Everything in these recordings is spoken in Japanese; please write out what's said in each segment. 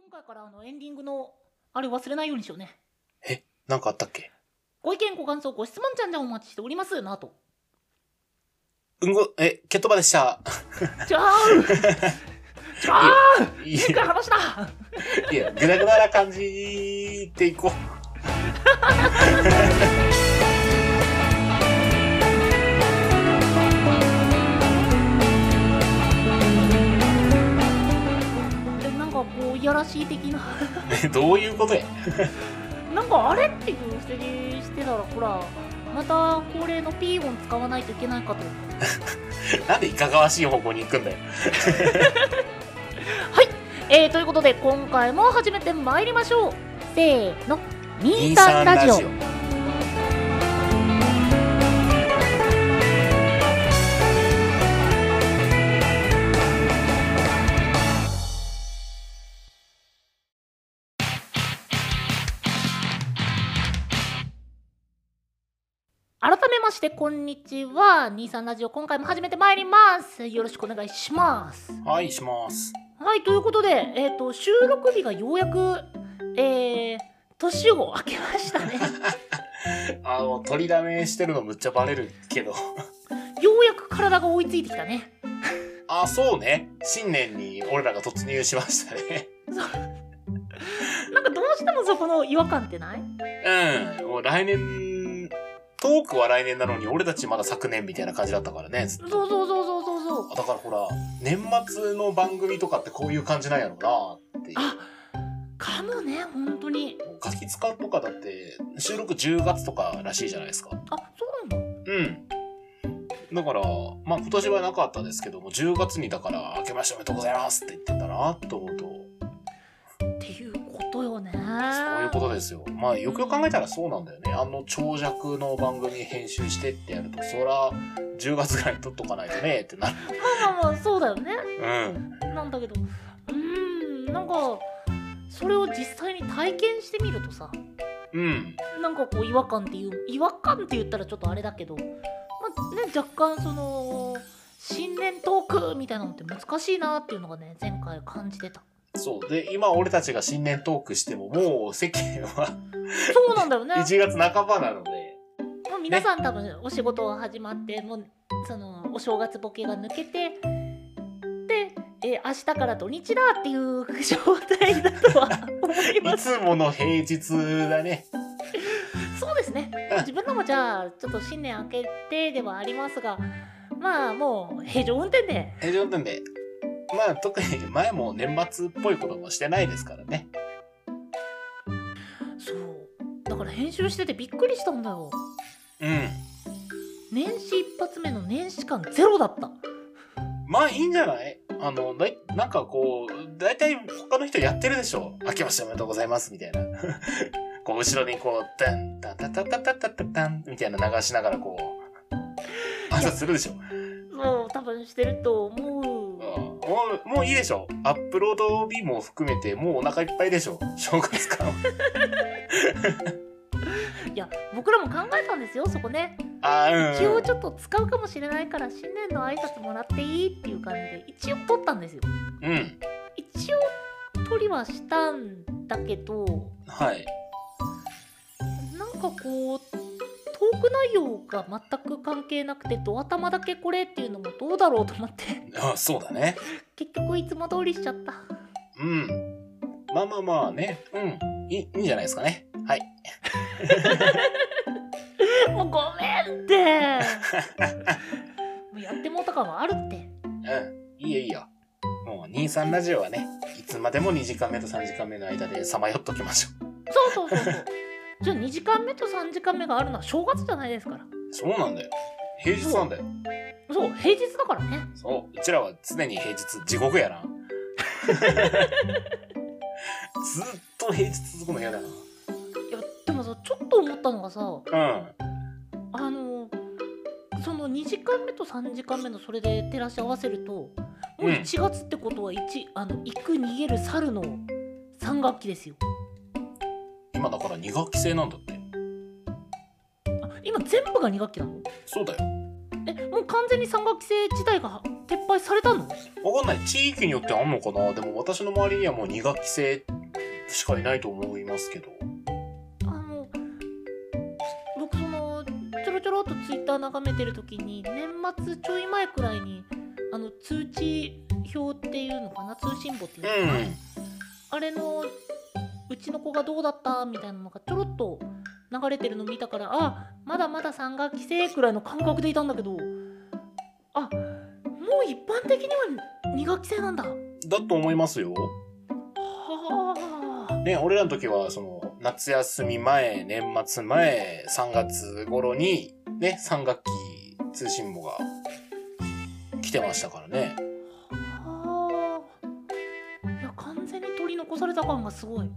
回からエンディングのあれ忘れないようにしようね。 なんかあったっけ？ ご意見ご感想ご質問じゃんじゃんお待ちしておりますなと。 ケットバでした。 ちゃーいいから話だ。 いや、グダグダな感じでいこう。 なんかこういやらしい的などういうことや。 なんかあれっていう伏せにしてたら、ほらまた恒例のピー音使わないといけないかと。 なんでいかがわしい方向に行くんだよ。 はい、ということで今回も始めてまいりましょう。せーの、23ラジオ。改めましてこんにちは。23ラジオ今回も始めてまいります。よろしくお願いします。 はい、します。 はい、ということで、収録日がようやく、年を明けましたね。 取りだめしてるのむっちゃバレるけど。 ようやく体が追いついてきたね。 あ、そうね。新年に俺らが突入しましたね。 なんかどうしてもそこの違和感ってない？ うん。もう来年、トークは来年なのに俺たちまだ昨年みたいな感じだったからね。 そう。 だからほら、年末の番組とかってこういう感じなんやろうなっていう。 あ、かもね、本当に。 ガキ使とかだって収録10月とからしいじゃないですか。 あ、そうなんだ。 うん。だから、まあ今年はなかったですけども、10月にだから明けましておめでとうございますって言ってんだなと思うと。 っていうことよね。 そういうことですよ。まあよくよく考えたらそうなんだよね。長尺の番組編集してってやると、そら10月ぐらいに撮っとかないとねってなる。 まあそうだよね。 うん。 なんだけど、なんかそれを実際に体験してみるとさ、なんかこう違和感って言ったらちょっとあれだけど、まあね、若干その新年トークみたいなのって難しいなっていうのがね、前回感じてた。 そう。で、今俺たちが新年トークしても、もう世間はそうなんだよね。 1月半ばなので。 もう皆さん多分お仕事が始まって、もうそのお正月ボケが抜けて、で、明日から土日だっていう状態だとは思います。 いつもの平日だね。 そうですね。自分のもじゃあちょっと新年明けてではありますが、まあもう平常運転で。 平常運転で。まあ特に前も年末っぽいこともしてないですからね。 そう。だから編集しててびっくりしたんだよ。 うん。 年始一発目の年始感ゼロだった。 まあいいんじゃない？なんかこう、だいたい他の人やってるでしょ。明けましておめでとうございますみたいな。こう後ろにこう、タンタタタタタタタタンみたいな流しながらこう、挨拶するでしょ。 そう、多分してると思う。 もういいでしょ。アップロード日も含めてもうお腹いっぱいでしょ。正月感。 いや、僕らも考えたんですよ、そこね。一応ちょっと使うかもしれないから新年の挨拶もらっていいっていう感じで一応取ったんですよ。一応取りはしたんだけど、 はい。 なんかこうトーク内容が全く関係なくてド頭だけこれっていうのもどうだろうと思って。 あ、そうだね。 結局いつも通りしちゃった。 まあね。いいんじゃないですかね。はい。 もうごめんって。もうやってもうた感はあるって。 いいよ。もう23ラジオはね、いつまでも2時間目と3時間目の間でさまよっときましょう。そう。じゃあ2時間目と3時間目があるのは正月じゃないですから。 そうなんだよ。平日なんだよ。 そう、平日だからね。 そう、うちらは常に平日、地獄やな。ずっと平日続くの嫌だな。いや、でもさ、ちょっと思ったのがさ、その2時間目と3時間目のそれで照らし合わせると、もう1月ってことは行く逃げる猿の3学期ですよ。 今だから2学期制なんだって。 今全部が2学期なの？ そうだよ。 もう完全に3学期制自体が撤廃されたの？ わかんない。地域によってあんのかな。でも私の周りにはもう2学期制しかいないと思いますけど。 僕ちょろちょろっとツイッター眺めてる時に年末ちょい前くらいに通知表っていうのかな、通信簿っていうのかな、あれのうちの子がどうだったみたいなのがちょろっと流れてるの見たから、あ、まだまだ3学期生くらいの感覚でいたんだけど、あ、もう一般的には2学期生なんだ。 だと思いますよ。 はあ。 ね、俺らの時は夏休み前、年末前、3月頃にね、3学期通信簿が来てましたからね。 はあ。いや、完全に取り残された感がすごい。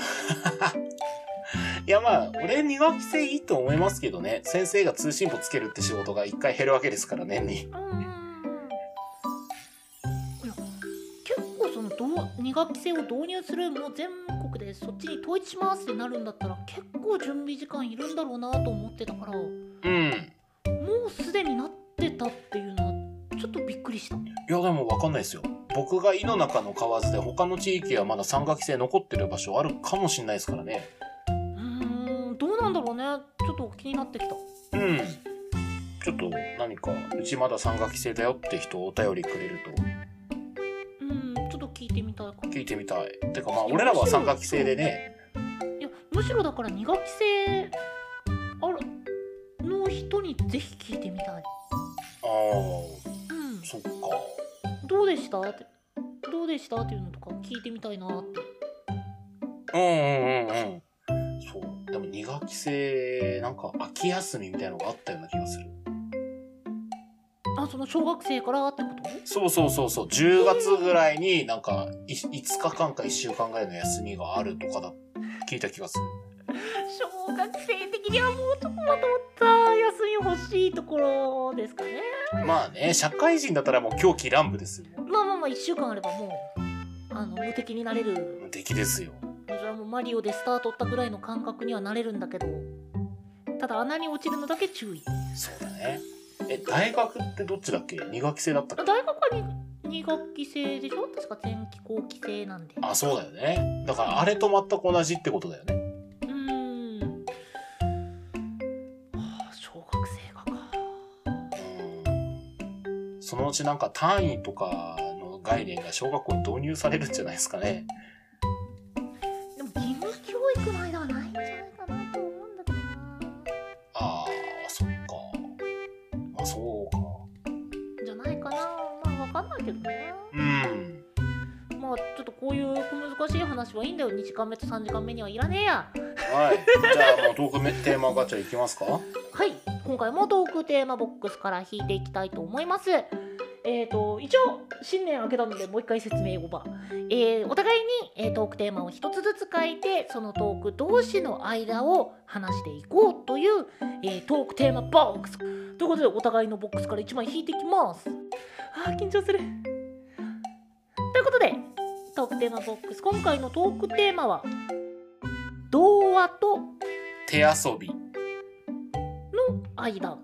いや、まあ俺2学期制いいと思いますけどね。先生が通信簿つけるって仕事が1回減るわけですから、年に。 いや、結構2学期制を導入する、もう全国でそっちに統一しますってなるんだったら結構準備時間いるんだろうなと思ってたから、もうすでになってたっていうのはちょっとびっくりした。いや、でも分かんないですよ。僕が井の中の河津で他の地域はまだ3学期制残ってる場所あるかもしれないですからね。 どうなんだろうね。ちょっと気になってきた。 ちょっと何かうちまだ3学期制だよって人お便りくれると。 ちょっと聞いてみたいかも。 聞いてみたい。てかまあ俺らは3学期制でね。 いや、むしろだから2学期制の人にぜひ聞いてみたい。 そっか。 どうでしたっていうのとか聞いてみたいなって。 そう。でも2学期制なんか秋休みみたいなのがあったような気がする。 その小学生からってこと？ そう。10月ぐらいになんか5日間か1週間ぐらいの休みがあるとか聞いた気がする。 小学生的にはもうちょっとまとまった休み欲しいところですかね。 まあね、社会人だったらもう狂気乱舞ですよ。 まあ1週間あればもう無敵になれる。 無敵ですよ。 それはもうマリオでスター取ったぐらいの感覚にはなれるんだけど、ただ穴に落ちるのだけ注意。 そうだね。大学ってどっちだっけ？ 2 学期制だったっけ？ 大学は2学期制でしょ。確か前期後期制なんで。 そうだよね。だからあれと全く同じってことだよね。 小学生がか。 そのうちなんか単位とかの概念が小学校に導入されるんじゃないですかね。 でも義務教育の間はないんじゃないかなと思うんだけどな。 そっか。そうか。 じゃないかな。わかんないけどね。ちょっとこういう難しい話はいいんだよ。2時間目と3時間目にはいらねえや。 はい。じゃあもうトークテーマガチャいきますか？ はい。今回もトークテーマボックスから引いていきたいと思います。一応新年明けたのでもう一回説明をお互いに、トークテーマを一つずつ書いて、そのトーク同士の間を話していこうという、トークテーマボックスということで、お互いのボックスから1枚引いていきます。緊張する。ということでトークテーマボックス、今回のトークテーマは童話と手遊びの間。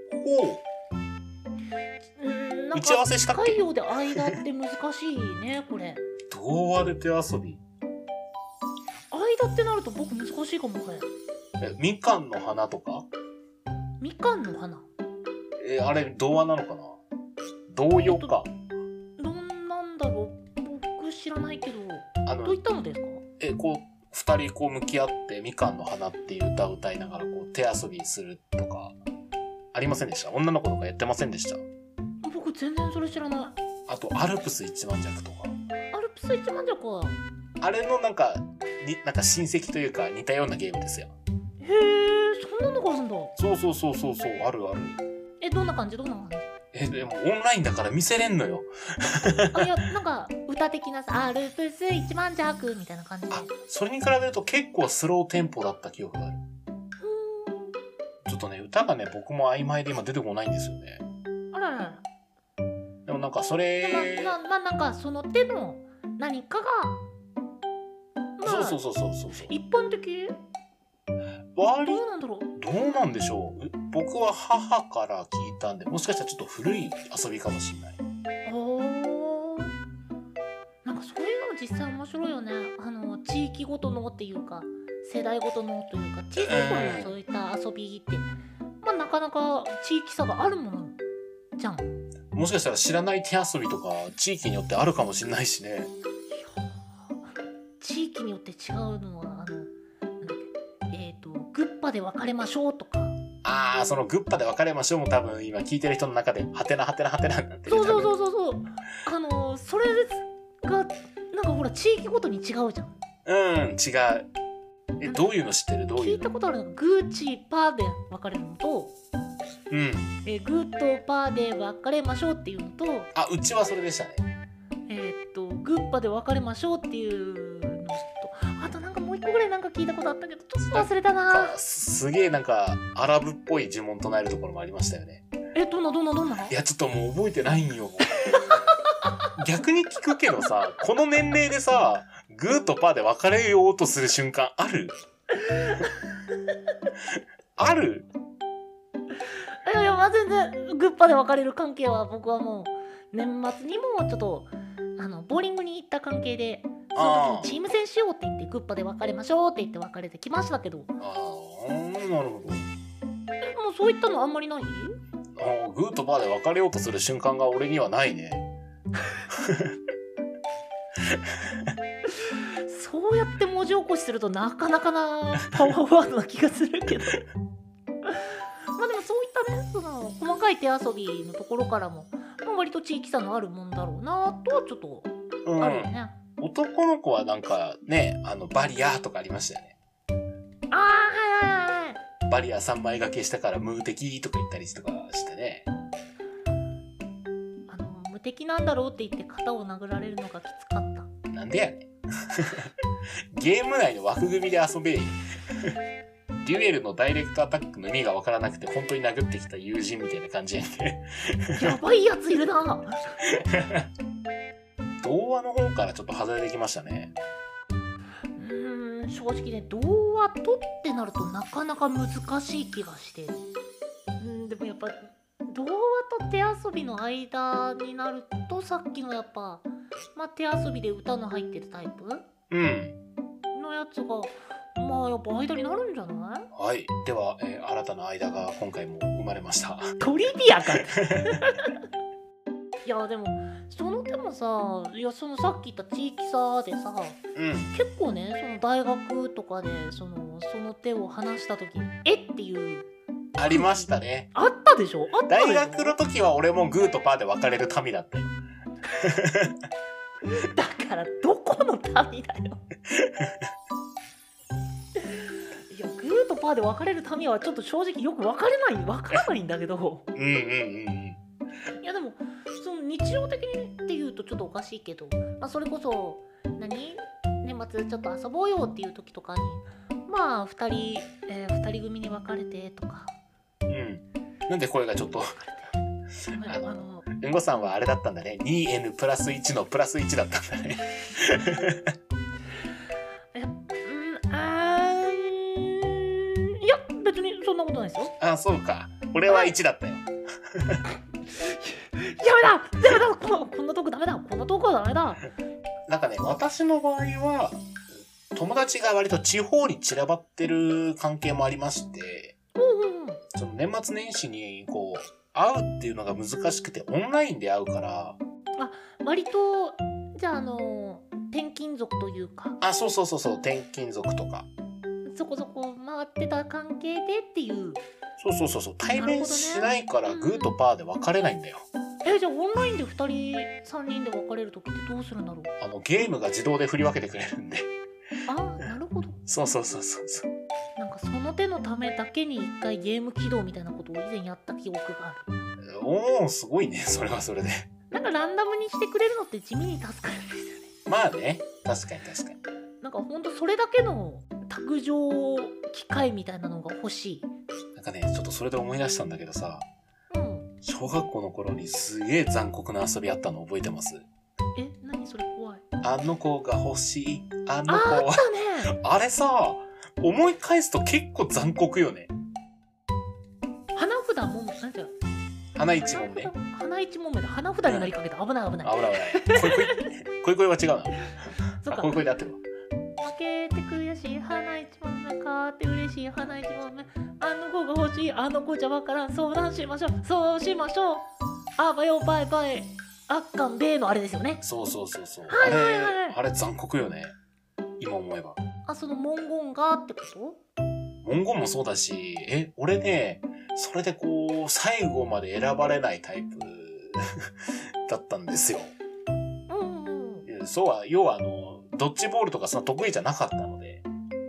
打ち合わせしたっけ？ 近いようで間って難しいねこれ。 童話で手遊び。 間ってなると僕難しいかもこれ。 みかんの花とか？ みかんの花。 あれ童話なのかな？童謡か。 どんなんだろう。僕知らないけど。どういったのですか？ 2人向き合ってみかんの花っていう歌を歌いながら手遊びするとかありませんでした？女の子とかやってませんでした？ 僕全然それ知らない。 あとアルプス一万弱とか。 アルプス一万弱はあれのなんか親戚というか似たようなゲームですよ。 へえ、そんなのがあるんだ。 そうある。 どんな感じ？でもオンラインだから見せれんのよ。 いや、なんか歌的なさ、アルプス一万弱みたいな感じで。 それに比べると結構スローテンポだった記憶がある。ちょっとね、歌がね、僕も曖昧で今出てこないんですよね。 あらら。 でもなんかそれなんかその手の何かが、 そう一般的？ どうなんだろう。 どうなんでしょう。僕は母から聞いたんで、もしかしたらちょっと古い遊びかもしれない。 なんかそういうのも実際面白いよね。地域ごとのっていうか世代ごとのというか小さい頃のそういった遊びって、まあ、なかなか地域差があるものじゃん。 もしかしたら知らない手遊びとか地域によってあるかもしれないしね。 地域によって違うのはなんだっけグッパで別れましょうとか。 ああ、そのグッパで別れましょうも多分今聞いてる人の中でハテナハテナハテナになってる。 そうそれがなんかほら地域ごとに違うじゃん。 違う。どういうの知ってる？どういうの？ 聞いたことあるのがグーチーパーで別れるのと、グーとパーで別れましょうっていうのと、 あ、うちはそれでしたね。 グッパで別れましょうっていうのと、あとなんかもう一個ぐらいなんか聞いたことあったけどちょっと忘れたな。 すげえなんかアラブっぽい呪文唱えるところもありましたよね。 どんな？ いやちょっともう覚えてないんよ。逆に聞くけどさ、この年齢でさ、グーとパーで別れようとする瞬間ある？ある？ いやまあ全然グッパで別れる関係は僕はもう年末にもちょっとボーリングに行った関係でその時にチーム戦しようって言ってグッパで別れましょうって言って別れてきましたけど。 なるほど。 もうそういったのあんまりない？ グーとパーで別れようとする瞬間が俺にはないね。 そうやって文字起こしするとなかなかなパワーワードな気がするけどまあでもそういったねその細かい手遊びのところからも、まあ、割と地域差のあるもんだろうなとはちょっとあるよね。 男の子はなんかね、バリアとかありましたよね。 はいバリア3枚掛けしたから無敵とか言ったりとかしてね。 無敵なんだろうって言って肩を殴られるのがきつかった。 なんでやねん。ゲーム内の枠組みで遊べ。デュエルのダイレクトアタックの意味がわからなくて本当に殴ってきた友人みたいな感じやね。 やばいやついるな。 童話の方からちょっと外れてきましたね。 正直ね、童話とってなるとなかなか難しい気がして、でもやっぱ童話と手遊びの間になるとさっきのやっぱ、まあ、手遊びで歌の入ってるタイプのやつがまあやっぱ間になるんじゃない？ はい。では、新たな間が今回も生まれました。 トリビアかいやでもその手もさ、いやそのさっき言った地域差でさ、結構ねその大学とかでその手を話した時にっていうありましたね。 あったでしょ？あったでしょ？ 大学の時は俺もグーとパーで分かれる民だったよ。 だからどこの民だよ。いやグーとパーで分かれる民はちょっと正直よく分からないんだけど。いやでもその日常的にっていうとちょっとおかしいけど、まあ、それこそ年末ちょっと遊ぼうよっていう時とかにまあ2人組に分かれてとか。 なんで声がちょっとうんごさんはあれだったんだね。 2n プラス1のプラス1だったんだね。 いや別にそんなことないですよ。 あ、そうか。俺は1だったよ。 ダメだこんなとこダメだ、こんなとこはダメだ。 なんかね、私の場合は友達が割と地方に散らばってる関係もありまして、その年末年始にこう会うっていうのが難しくてオンラインで会うから。 割とじゃあ転勤族というか。 そう転勤族とかそこそこ回ってた関係でっていう。 そう対面しないからグーとパーで分かれないんだよ。 じゃあオンラインで2人3人で分かれる時ってどうするんだろう。 ゲームが自動で振り分けてくれるんで。 なるほど。 そうなんかその手のためだけに一回ゲーム起動みたいなことを以前やった記憶がある。 おー、すごいね。それはそれでなんかランダムにしてくれるのって地味に助かるんですよね。 まあね、確かになんかほんとそれだけの卓上機械みたいなのが欲しい。 なんかね、ちょっとそれで思い出したんだけどさ、小学校の頃にすげえ残酷な遊びあったの覚えてます？ 何それ怖い。 あの子が欲しい、あの子。 あったね。 あれさ、思い返すと結構残酷よね。 花札もなんていうの？ 花一問目。 花一問目だ。花札になりかけた。危ない。 恋は違うな。 そっか。 恋で合ってるわ。 けて悔しい花一問目買って嬉しい花一問目あの子が欲しいあの子じゃわからん相談しましょうそうしましょうあばよバイバイあっかんべーのあれですよね。 そうそうそうそう。 はいはいはい。 あれ残酷よね。今思えば。 あ、その文言がってこと？ 文言もそうだし、俺ね、それでこう、最後まで選ばれないタイプだったんですよ。 うんうん。 そうは、要はドッジボールとかそんな得意じゃなかったので。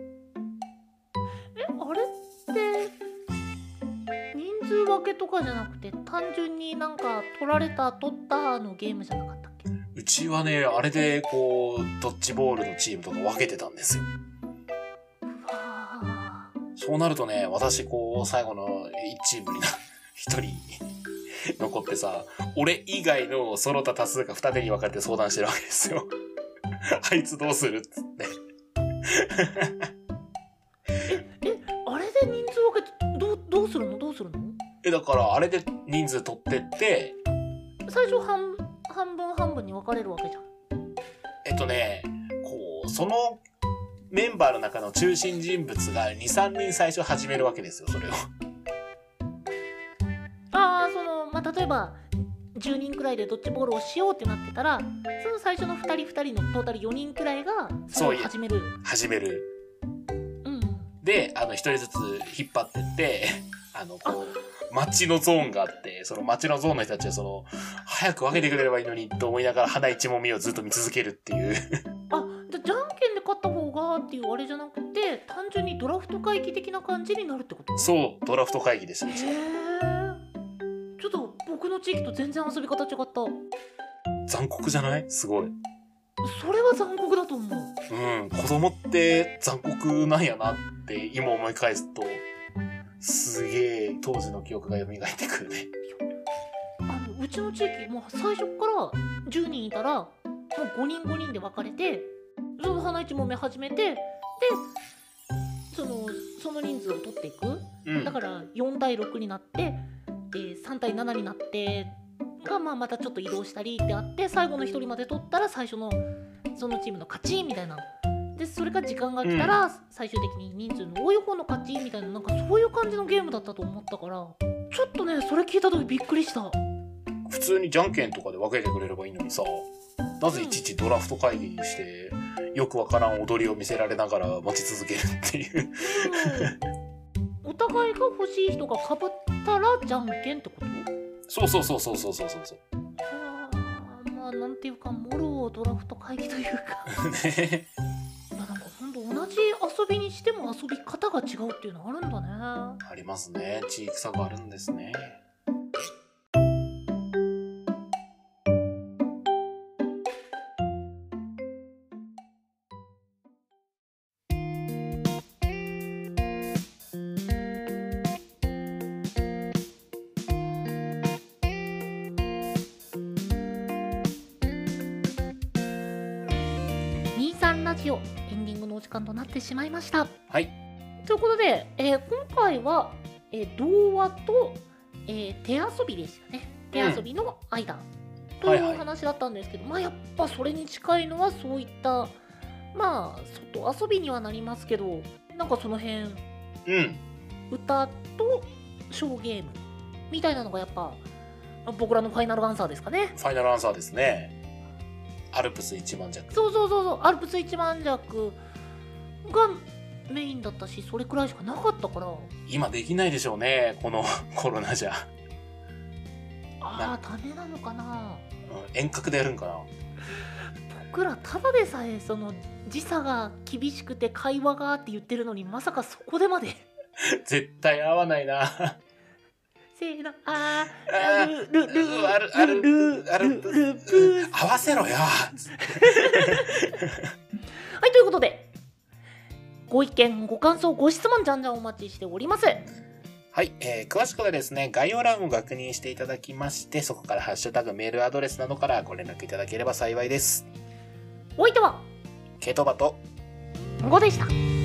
あれって人数分けとかじゃなくて単純になんか取られた取ったのゲームじゃなかったっけ？ うちはね、あれでこうドッジボールのチームとか分けてたんですよ。そうなるとね、私こう最後の1チームに1人残ってさ、俺以外のその他多数が二手に分かれて相談してるわけですよ。あいつどうするっつって。 あれで人数分けてどうするの？ だからあれで人数取ってって最初半分に分かれるわけじゃん。 こうそのメンバーの中の中心人物が 2,3 人最初始めるわけですよ、それを。 例えば10人くらいでドッジボールをしようってなってたら、その最初の2人のトータル4人くらいがそれを始める。うん。 で、1人ずつ引っ張ってってこう街のゾーンがあって、その街のゾーンの人たちは早く分けてくれればいいのにと思いながら花一問目をずっと見続けるっていう。 じゃんけんで勝った方がっていうあれじゃなくて、単純にドラフト会議的な感じになるってこと？ そう、ドラフト会議ですよ。 ちょっと僕の地域と全然遊び方違った。 残酷じゃない？すごい。 それは残酷だと思う。 うん、子供って残酷なんやなって今思い返すと、すげえ当時の記憶が蘇ってくるね。 うちの地域もう最初から10人いたら、もう5人で分かれて、その花一問目始めて、でその人数を取っていく、だから4対6になって3対7になってが、またちょっと移動したりってあって、最後の1人まで取ったら最初のそのチームの勝ちみたいな。でそれが時間が来たら最終的に人数の多い方の勝ちみたいな、なんかそういう感じのゲームだったと思ったから、ちょっとねそれ聞いた時びっくりした。 普通にじゃんけんとかで分けてくれればいいのにさ、なぜいちいちドラフト会議にしてよくわからん踊りを見せられながら待ち続けるっていうお互いが欲しい人が被ったらじゃんけんってこと？ そう。 なんていうかもろドラフト会議というかね。 なんかほんと同じ遊びにしても遊び方が違うっていうのあるんだね。 ありますね。地域差があるんですね。 ラジオエンディングのお時間となってしまいました。 はい。 ということで、今回は、童話と、手遊びでしたね。手遊びの間という話だったんですけど、やっぱそれに近いのはそういった外遊びにはなりますけど、なんかその辺、歌とショーゲームみたいなのがやっぱ僕らのファイナルアンサーですかね。 ファイナルアンサーですね。アルプス一万弱。 そうアルプス一万弱がメインだったし、それくらいしかなかったから。 今できないでしょうね、このコロナじゃ。 ダメなのかな。 遠隔でやるんかな。 僕らただでさえその時差が厳しくて会話がって言ってるのに、まさかそこでまで絶対合わないな。 せーの、 合わせろよ。 はい、ということで、ご意見、ご感想、ご質問、じゃんじゃんお待ちしております。 はい、詳しくはですね、概要欄を確認していただきまして、そこからハッシュタグ、メールアドレスなどからご連絡いただければ幸いです。 お相手はケイトバとゴでした。